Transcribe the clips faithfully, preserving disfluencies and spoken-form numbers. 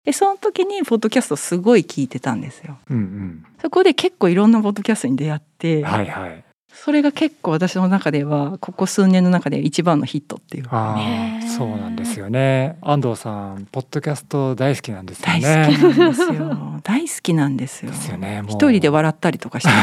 でその時にポッドキャストすごい聞いてたんですよ、 うんうん、 そこで結構いろんなポッドキャストに出会って、 はいはい、 それが結構私の中ではここ数年の中で一番のヒットっていうか、 ね、あそうなんですよね。安藤さんポッドキャスト大好きなんですよね。 大好きなんですよ大好きなんですよ。 ですよね。もう一人で笑ったりとかして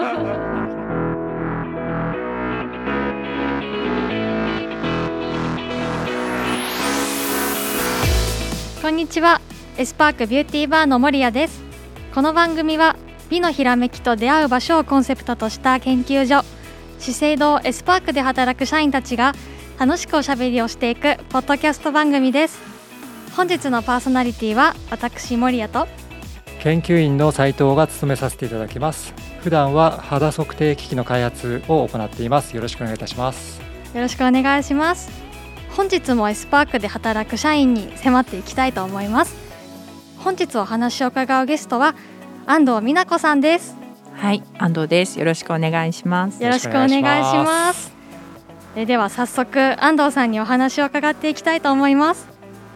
こんにちは。エスパークビューティーバーの守屋です。この番組は美のひらめきと出会う場所をコンセプトとした研究所資生堂エスパークで働く社員たちが楽しくおしゃべりをしていくポッドキャスト番組です。本日のパーソナリティは私守屋と研究員の斉藤が務めさせていただきます。普段は肌測定機器の開発を行っています。よろしくお願いいたします。 よろしくお願いします。本日もエスパークで働く社員に迫っていきたいと思います。本日お話を伺うゲストは安藤美奈子さんです。 はい、安藤です。よろしくお願いします。 よろしくお願いします。えでは早速安藤さんにお話を伺っていきたいと思います。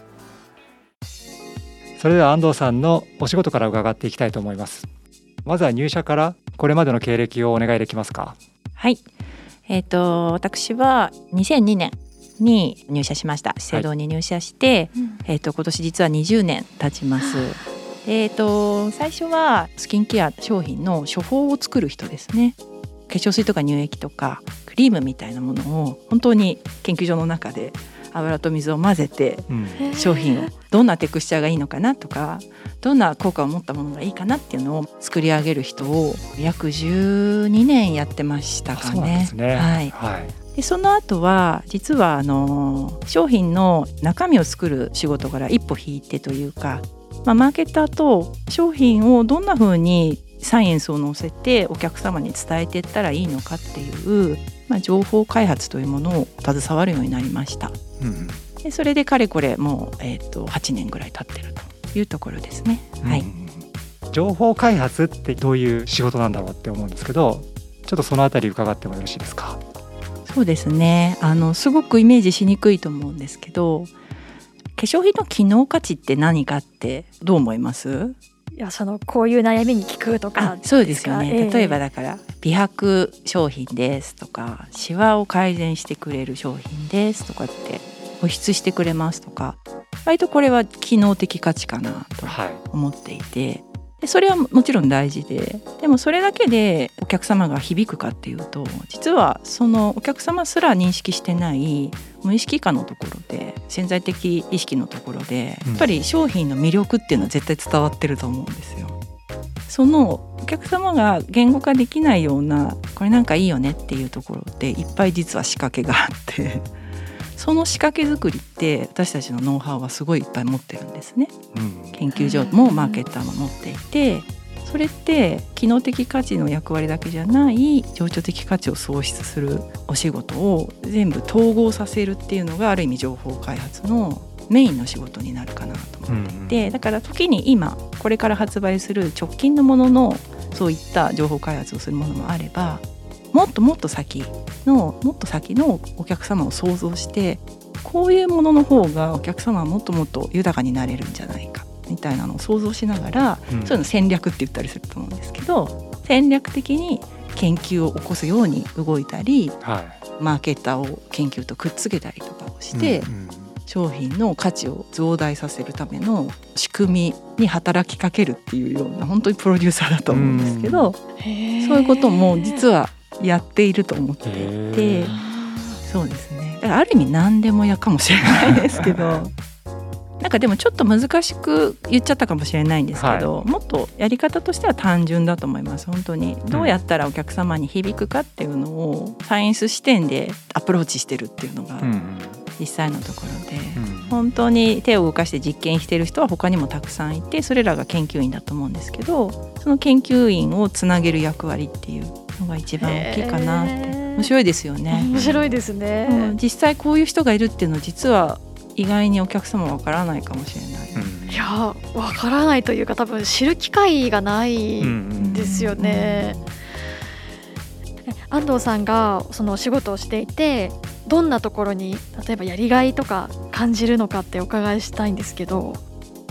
それでは安藤さんのお仕事から伺っていきたいと思います。まずは入社からこれまでの経歴をお願いできますか。 はい、えーと、私はにせんにねんに入社しました。資生堂に入社して、はいえーと、今年実はにじゅうねん経ちます。えーと、最初はスキンケア商品の処方を作る人ですね。化粧水とか乳液とかクリームみたいなものを本当に研究所の中で油と水を混ぜて、うん、商品をどんなテクスチャーがいいのかなとかどんな効果を持ったものがいいかなっていうのを作り上げる人を約じゅうにねんやってましたかね。 そうなんですね。 はいはいでその後は実はあの商品の中身を作る仕事から一歩引いてというか、まあ、マーケッターと商品をどんな風にサイエンスを乗せてお客様に伝えていったらいいのかっていう、まあ、情報開発というものを携わるようになりました、うん、でそれでかれこれもう、えーと、はちねんぐらい経ってるというところですね、はい、 情報開発ってどういう仕事なんだろうって思うんですけど、ちょっとそのあたり伺ってもよろしいですか。 そうですね、あのすごくイメージしにくいと思うんですけど、化粧品の機能価値って何かってどう思います？ いやそのこういう悩みに効くとかそうですよね、例えばだから美白商品ですとかシワを改善してくれる商品ですとかって保湿してくれますとか、割とこれは機能的価値かなと思っていて、はいでそれはもちろん大事で、でもそれだけでお客様が響くかっていうと、実はそのお客様すら認識してない無意識下のところで潜在的意識のところでやっぱり商品の魅力っていうのは絶対伝わってると思うんですよ。そのお客様が言語化できないようなこれなんかいいよねっていうところでいっぱい実は仕掛けがあってその仕掛け作りって私たちのノウハウはすごいいっぱい持ってるんですね、うん、研究所もマーケッターも持っていて、それって機能的価値の役割だけじゃない情緒的価値を創出するお仕事を全部統合させるっていうのがある意味情報開発のメインの仕事になるかなと思っていて、うん、だから時に今これから発売する直近のもののそういった情報開発をするものもあれば、もっともっと先のもっと先のお客様を想像してこういうものの方がお客様はもっともっと豊かになれるんじゃないかみたいなのを想像しながら、うん、そういうの戦略って言ったりすると思うんですけど、戦略的に研究を起こすように動いたり、はい、マーケッターを研究とくっつけたりとかをして、うんうん、商品の価値を増大させるための仕組みに働きかけるっていうような本当にプロデューサーだと思うんですけど、うん、そういうことも実はやっていると思っていて、そうですね、だからある意味何でもやかもしれないですけどなんかでもちょっと難しく言っちゃったかもしれないんですけど、はい、もっとやり方としては単純だと思います。本当にどうやったらお客様に響くかっていうのをサイエンス視点でアプローチしてるっていうのが実際のところで、うん、本当に手を動かして実験してる人は他にもたくさんいて、それらが研究員だと思うんですけど、その研究員をつなげる役割っていうのが一番大きいかなって。面白いですよね。 面白いですね、 うん、実際こういう人がいるっていうのは実は意外にお客様わからないかもしれない、 うん、いやわからないというか多分知る機会がないですよね、うんうん、安藤さんがそのお仕事をしていてどんなところに例えばやりがいとか感じるのかってお伺いしたいんですけど。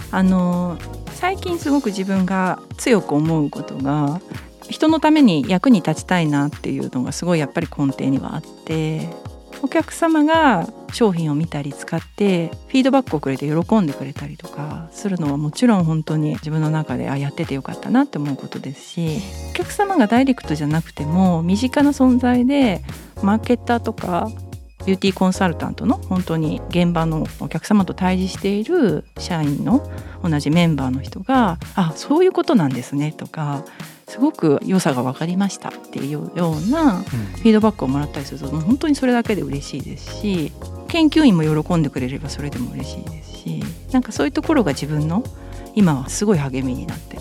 あの最近すごく自分が強く思うことが、人のために役に立ちたいなっていうのがすごいやっぱり根底にはあって、お客様が商品を見たり使ってフィードバックをくれて喜んでくれたりとかするのはもちろん本当に自分の中であやっててよかったなって思うことですし、お客様がダイレクトじゃなくても身近な存在でマーケッターとかビューティーコンサルタントの本当に現場のお客様と対峙している社員の同じメンバーの人が、あ、そういうことなんですねとか、すごく良さが分かりましたっていうようなフィードバックをもらったりすると、もう本当にそれだけで嬉しいですし、研究員も喜んでくれればそれでも嬉しいですし、なんかそういうところが自分の今はすごい励みになっています。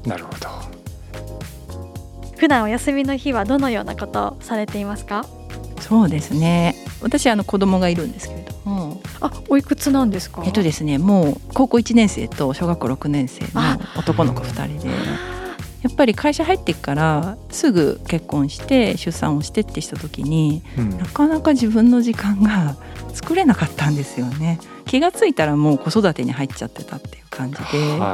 なるほど。 普段お休みの日はどのようなことをされていますか？ そうですね、私あの子供がいるんですけれども、 あ、おいくつなんですか？ えっとですね、もう高校いちねん生と小学校ろくねん生の男の子ふたりで、やっぱり会社入ってからすぐ結婚して出産をしてってした時に、うん、なかなか自分の時間が作れなかったんですよね。気がついたらもう子育てに入っちゃってたっていう感じで、はい、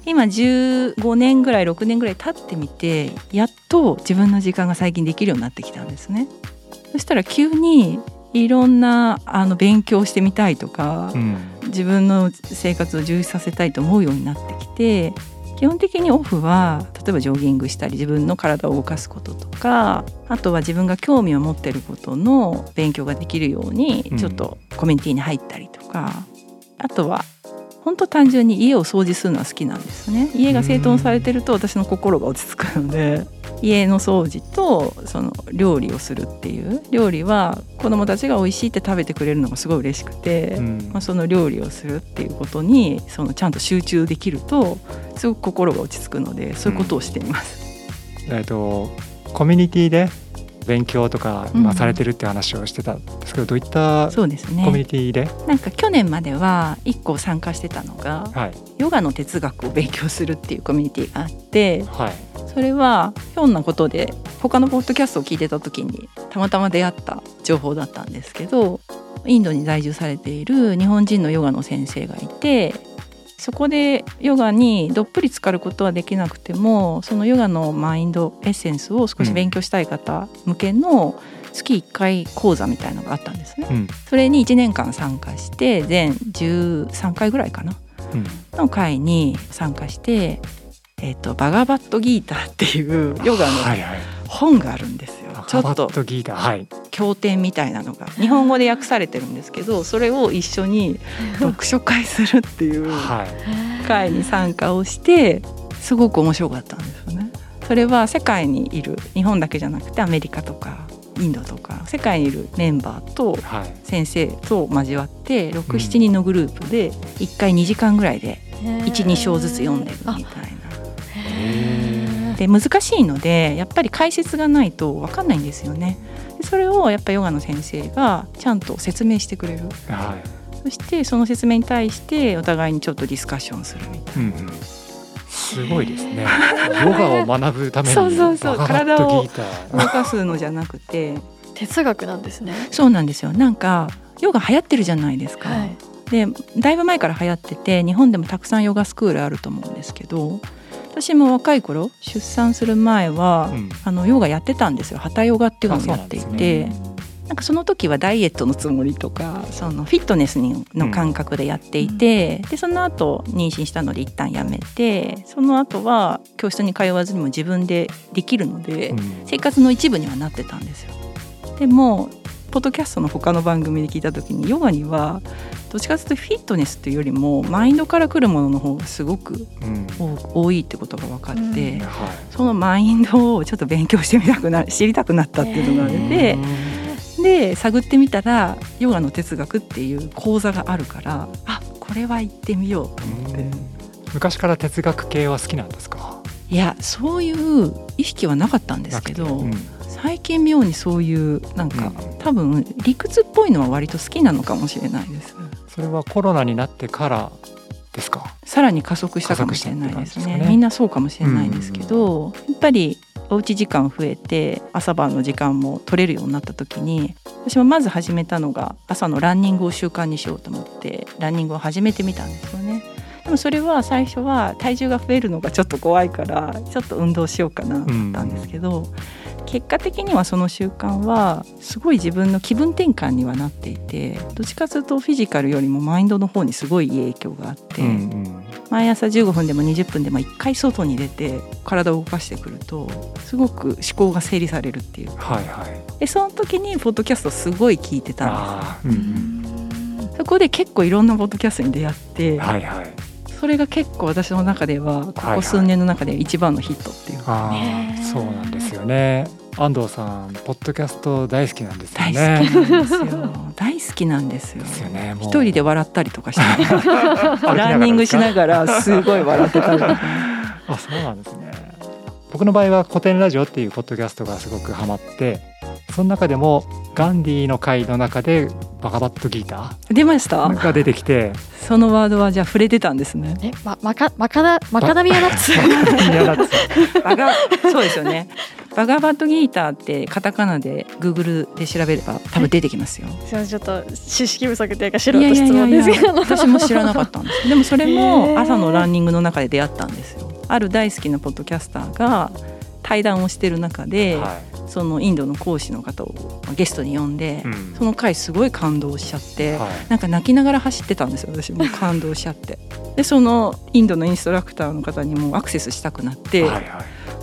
今じゅうごねんぐらいろくねんぐらい経ってみて、やっと自分の時間が最近できるようになってきたんですね。そしたら急にいろんなあの勉強してみたいとか、うん、自分の生活を充実させたいと思うようになってきて、基本的にオフは例えばジョギングしたり自分の体を動かすこととか、あとは自分が興味を持っていることの勉強ができるようにちょっとコミュニティに入ったりとか、うん、あとは本当単純に家を掃除するのは好きなんですね。家が整頓されてると私の心が落ち着くので、家の掃除とその料理をするっていう、料理は子どもたちが美味しいって食べてくれるのがすごい嬉しくて、うんまあ、その料理をするっていうことにそのちゃんと集中できるとすごく心が落ち着くので、そういうことをしています、 うん、えっとコミュニティで勉強とか、まあ、されてるって話をしてたんですけど、うん、どういったコミュニティで？ なんか去年まではいっこ参加してたのが、はい、ヨガの哲学を勉強するっていうコミュニティがあって、はい、それはひょんなことで他のポッドキャストを聞いてた時にたまたま出会った情報だったんですけど、インドに在住されている日本人のヨガの先生がいて、そこでヨガにどっぷり浸かることはできなくても、そのヨガのマインドエッセンスを少し勉強したい方向けの月いっかい講座みたいなのがあったんですね、うん、それにいちねんかん参加して全じゅうさんかいぐらいかな、うん、の会に参加して、えーと、バガバットギーターっていうヨガの本があるんですよ、はいはい、ちょっと経典みたいなのが日本語で訳されてるんですけど、それを一緒に読書会するっていう会に参加をして、すごく面白かったんですよね。それは世界にいる、日本だけじゃなくてアメリカとかインドとか世界にいるメンバーと先生と交わってろく、しちにんのグループでいっかいにじかんぐらいでいち、に章ずつ読んでるみたいな。で難しいのでやっぱり解説がないと分かんないんですよね。でそれをやっぱヨガの先生がちゃんと説明してくれる、はい、そしてその説明に対してお互いにちょっとディスカッションするみたいな、うん、 すごいですね。ヨガを学ぶためにそうそうそう、体を動かすのじゃなくて哲学なんですね。 そうなんですよ。なんかヨガ流行ってるじゃないですか、はい、でだいぶ前から流行ってて日本でもたくさんヨガスクールあると思うんですけど、私も若い頃出産する前は、うん、あのヨガやってたんですよ。ハタヨガっていうのをやっていて、なんかその時はダイエットのつもりとかそのフィットネスの感覚でやっていて、うん、でその後妊娠したので一旦やめて、その後は教室に通わずにも自分でできるので、うん、生活の一部にはなってたんですよ。でもポッドキャストの他の番組で聞いた時にヨガにはどっちかというとフィットネスというよりもマインドから来るものの方がすごく、うん、多いってことが分かって、うんはい、そのマインドをちょっと勉強してみたくな知りたくなったっていうのがあって、で探ってみたらヨガの哲学っていう講座があるから、あこれは行ってみようと思って。 昔から哲学系は好きなんですか？ いやそういう意識はなかったんですけど、うん、最近妙にそういうなんか、うん、多分理屈っぽいのは割と好きなのかもしれないです。 それはコロナになってからですか？ さらに加速したかもしれないですね。みんなそうかもしれないんですけど、うん、やっぱりおうち時間増えて朝晩の時間も取れるようになった時に、私もまず始めたのが朝のランニングを習慣にしようと思ってランニングを始めてみたんですよね。でもそれは最初は体重が増えるのがちょっと怖いからちょっと運動しようかなと思ったんですけど、うん、結果的にはその習慣はすごい自分の気分転換にはなっていて、どっちかというとフィジカルよりもマインドの方にすごいいい影響があって、うんうん、毎朝じゅうごふんでもにじゅっぷんでもいっかい外に出て体を動かしてくるとすごく思考が整理されるっていうか、はいはい、でその時にポッドキャストすごい聞いてたんです、うんうん、そこで結構いろんなポッドキャストに出会って、はいはい、それが結構私の中ではここ数年の中で一番のヒットっていうか、はいはい、 あそうなんですよね。安藤さんポッドキャスト大好きなんですよね。 大好きなんですよ大好きなんですよ。 ですよね、もう一人で笑ったりとかしてランニングしながらすごい笑ってたりとかあ、そうなんですね。僕の場合は古典ラジオっていうポッドキャストがすごくハマって、その中でもガンディの回の中でバカバットギーター出ましたが出てきて、 そのワードはじゃあ触れてたんですね。 え、ま、マカマカダマカダミアナッツバガそうですよね。バガバットギーターってカタカナで Google で調べれば多分出てきますよ。 すいません、ちょっと知識不足というか素人質問ですけど、いやいやいやいや私も知らなかったんですでもそれも朝のランニングの中で出会ったんですよ。ある大好きなポッドキャスターが対談をしてる中で、はい、そのインドの講師の方をゲストに呼んで、うん、その回すごい感動しちゃって、はい、なんか泣きながら走ってたんですよ。私も感動しちゃってでそのインドのインストラクターの方にもアクセスしたくなって、はいはい、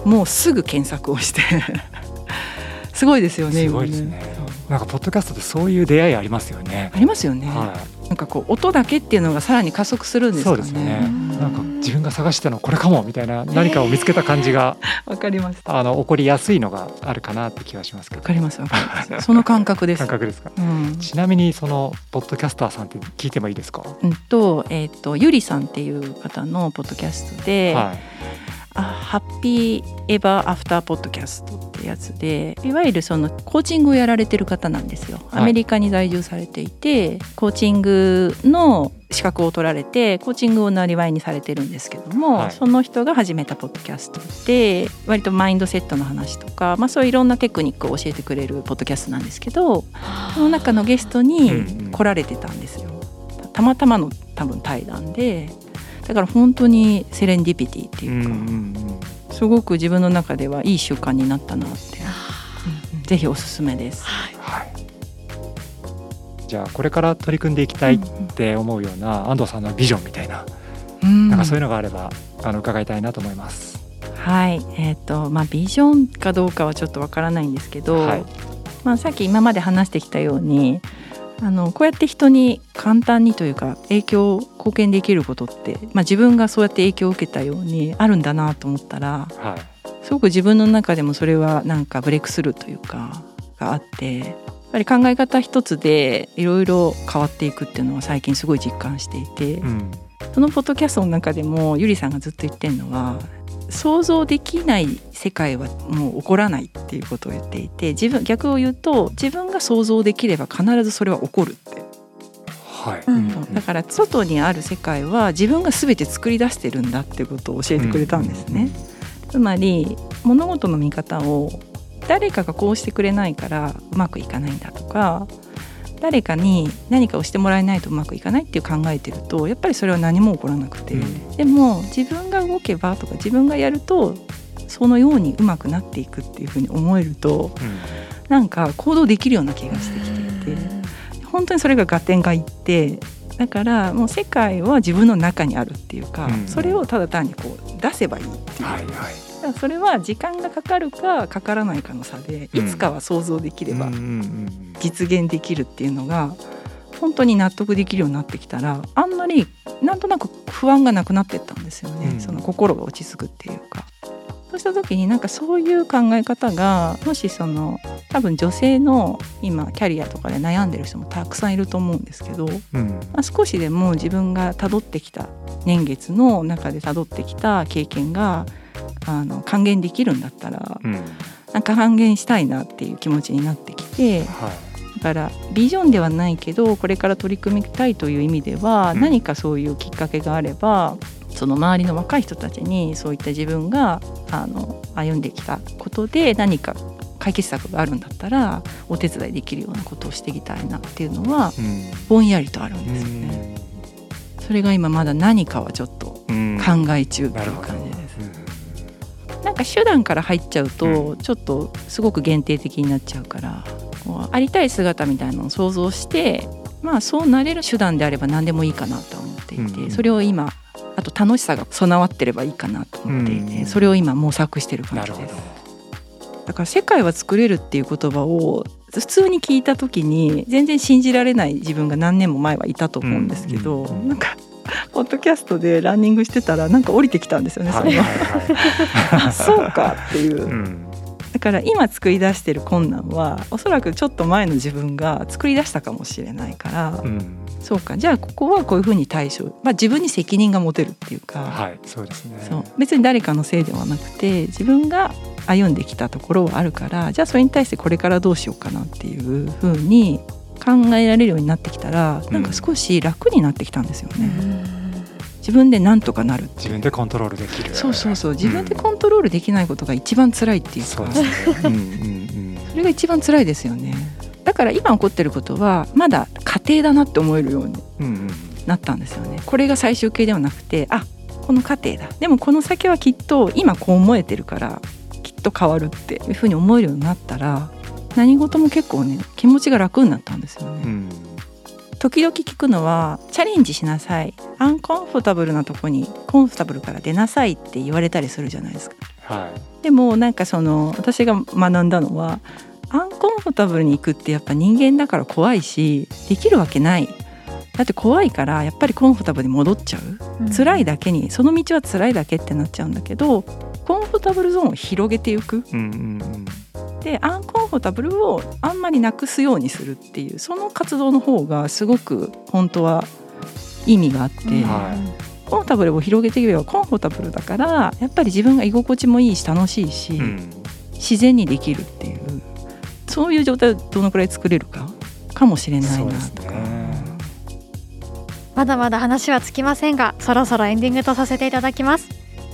もうすぐ検索をしてすごいですよね。 すごいですね。なんかポッドキャストってそういう出会いありますよね。 ありますよね、はい、なんかこう音だけっていうのがさらに加速するんですかね。 そうですね。なんか自分が探してたのこれかもみたいな何かを見つけた感じが、 えー、わかります。 あの起こりやすいのがあるかなって気がしますけど。 わかりますわかりますその感覚です感覚ですか、うん、ちなみにそのポッドキャスターさんって聞いてもいいですか。 うんと、えー、とゆりさんっていう方のポッドキャストで、はい、あハッピーエバーアフターポッドキャストってやつで、いわゆるそのコーチングをやられてる方なんですよ。アメリカに在住されていて、はい、コーチングの資格を取られてコーチングをなりわいにされてるんですけども、はい、その人が始めたポッドキャストで割とマインドセットの話とか、まあ、そういういろんなテクニックを教えてくれるポッドキャストなんですけど、その中のゲストに来られてたんですよ。たまたまの多分対談で、だから本当にセレンディピティっていうか、うんうんうん、すごく自分の中ではいい習慣になったなって、うん、ぜひおすすめです、はいはい、 じゃあこれから取り組んでいきたいって思うような安藤さんのビジョンみたいな、うん、なんかそういうのがあればあの伺いたいなと思います。 はい、えーとまあ、ビジョンかどうかはちょっとわからないんですけど、はいまあ、さっき今まで話してきたようにあのこうやって人に簡単にというか影響貢献できることって、まあ、自分がそうやって影響を受けたようにあるんだなと思ったら、はい、すごく自分の中でもそれはなんかブレイクスルーというかがあって、やっぱり考え方一つでいろいろ変わっていくっていうのは最近すごい実感していて、うん、そのポッドキャストの中でもゆりさんがずっと言ってるのは想像できない世界はもう起こらないっていうことを言っていて、自分逆を言うと自分が想像できれば必ずそれは起こるって、はいうん、だから外にある世界は自分が全て作り出してるんだっていうことを教えてくれたんですね、うん、つまり物事の見方を誰かがこうしてくれないからうまくいかないんだとか、誰かに何かをしてもらえないとうまくいかないっていう考えてるとやっぱりそれは何も起こらなくて、うん、でも自分が動けばとか自分がやるとそのようにうまくなっていくっていうふうに思えると、うん、なんか行動できるような気がしてきていて、本当にそれが合点がいって、だからもう世界は自分の中にあるっていうか、うん、それをただ単にこう出せばいいっていう、はいはい、だからそれは時間がかかるかかからないかの差で、いつかは想像できれば実現できるっていうのが本当に納得できるようになってきたら、あんまりなんとなく不安がなくなっていったんですよね、うん、その心が落ち着くっていうか。そうした時になんかそういう考え方がもしその多分女性の今キャリアとかで悩んでる人もたくさんいると思うんですけど、うんまあ、少しでも自分が辿ってきた年月の中で辿ってきた経験があの還元できるんだったら、うん、なんか還元したいなっていう気持ちになってきて、はい、だからビジョンではないけどこれから取り組みたいという意味では、うん、何かそういうきっかけがあればその周りの若い人たちにそういった自分があの歩んできたことで何か解決策があるんだったらお手伝いできるようなことをしていきたいなっていうのは、うん、ぼんやりとあるんですよね、うん、それが今まだ何かはちょっと考え中っていう感じです、うん、なんか手段から入っちゃうとちょっとすごく限定的になっちゃうから、こうありたい姿みたいなのを想像して、まあそうなれる手段であれば何でもいいかなと思っていて、うん、それを今あと楽しさが備わってればいいかなと思っていて、うん、それを今模索してる感じです。だから世界は作れるっていう言葉を普通に聞いた時に全然信じられない自分が何年も前はいたと思うんですけど、うんうん、なんかポッドキャストでランニングしてたらなんか降りてきたんですよね、それが、あ、そうかっていう、うん、だから今作り出してる困難はおそらくちょっと前の自分が作り出したかもしれないから、うん、そうか、じゃあここはこういうふうに対処、まあ、自分に責任が持てるっていうか、 はい、そうですね。 そう別に誰かのせいではなくて自分が歩んできたところはあるから、じゃあそれに対してこれからどうしようかなっていうふうに考えられるようになってきたら、なんか少し楽になってきたんですよね、うん、自分でなんとかなるっていう、 自分でコントロールできる。 そうそうそう、自分でコントロールできないことが一番辛いっていうか、そうですね、うんうんうん、それが一番辛いですよね。だから今起こってることはまだ過程だなって思えるようになったんですよね、うんうん、これが最終形ではなくて、あ、この過程だ、でもこの先はきっと今こう思えてるからきっと変わるっていうふうに思えるようになったら、何事も結構ね気持ちが楽になったんですよね、うん、時々聞くのはチャレンジしなさい、アンコンフォタブルなとこにコンフォタブルから出なさいって言われたりするじゃないですか、はい、でもなんかその私が学んだのは、アンコンフォタブルに行くってやっぱ人間だから怖いし、できるわけない、だって怖いからやっぱりコンフォタブルに戻っちゃう、うん、辛いだけに、その道は辛いだけってなっちゃうんだけど、コンフォタブルゾーンを広げていく、うんうんうん、でアンコンフォタブルをあんまりなくすようにするっていう、その活動の方がすごく本当は意味があって、うん、はい、コンフォタブルを広げていけばコンフォタブルだからやっぱり自分が居心地もいいし楽しいし、うん、自然にできるっていう、そういう状態をどのくらい作れるかかもしれないなとか、ね、 まだまだ話はつきませんが、そろそろエンディングとさせていただきます。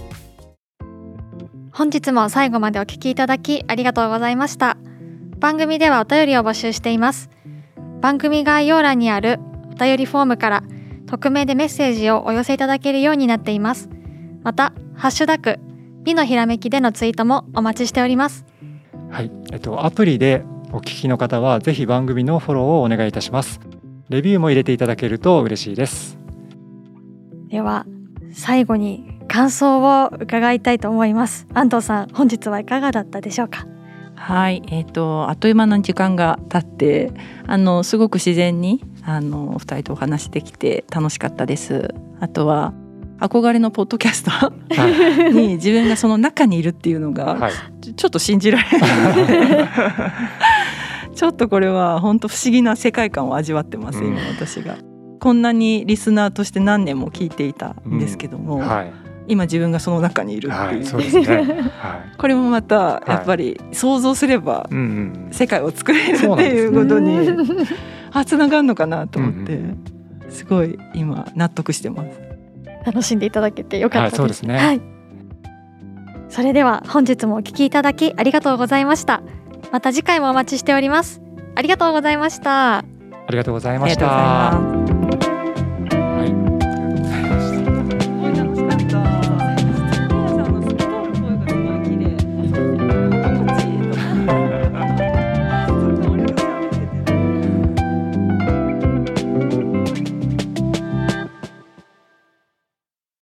本日も最後までお聞きいただきありがとうございました。番組ではお便りを募集しています。番組概要欄にあるお便りフォームから匿名でメッセージをお寄せいただけるようになっています。またハッシュタグ美のひらめきでのツイートもお待ちしております。 はい、えっと、アプリでお聞きの方はぜひ番組のフォローをお願いいたします。レビューも入れていただけると嬉しいです。 では最後に感想を伺いたいと思います。安藤さん、本日はいかがだったでしょうか。 はい、えーと、あっという間の時間が経ってあのすごく自然にあのお二人とお話できて楽しかったです。あとは憧れのポッドキャストに自分がその中にいるっていうのが、はい、ちょっと信じられないちょっとこれは本当不思議な世界観を味わってます、うん、今私がこんなにリスナーとして何年も聞いていたんですけども、うんはい、今自分がその中にいるっていう、はい、そうですね、はい、これもまたやっぱり想像すれば世界を作れるっていうことに、あ、つながるのかなと思って、すごい今納得してます。 楽しんでいただけてよかったです。 はい、そうですね、 はい、それでは本日もお聞きいただきありがとうございました。また次回もお待ちしております。ありがとうございました。 ありがとうございました。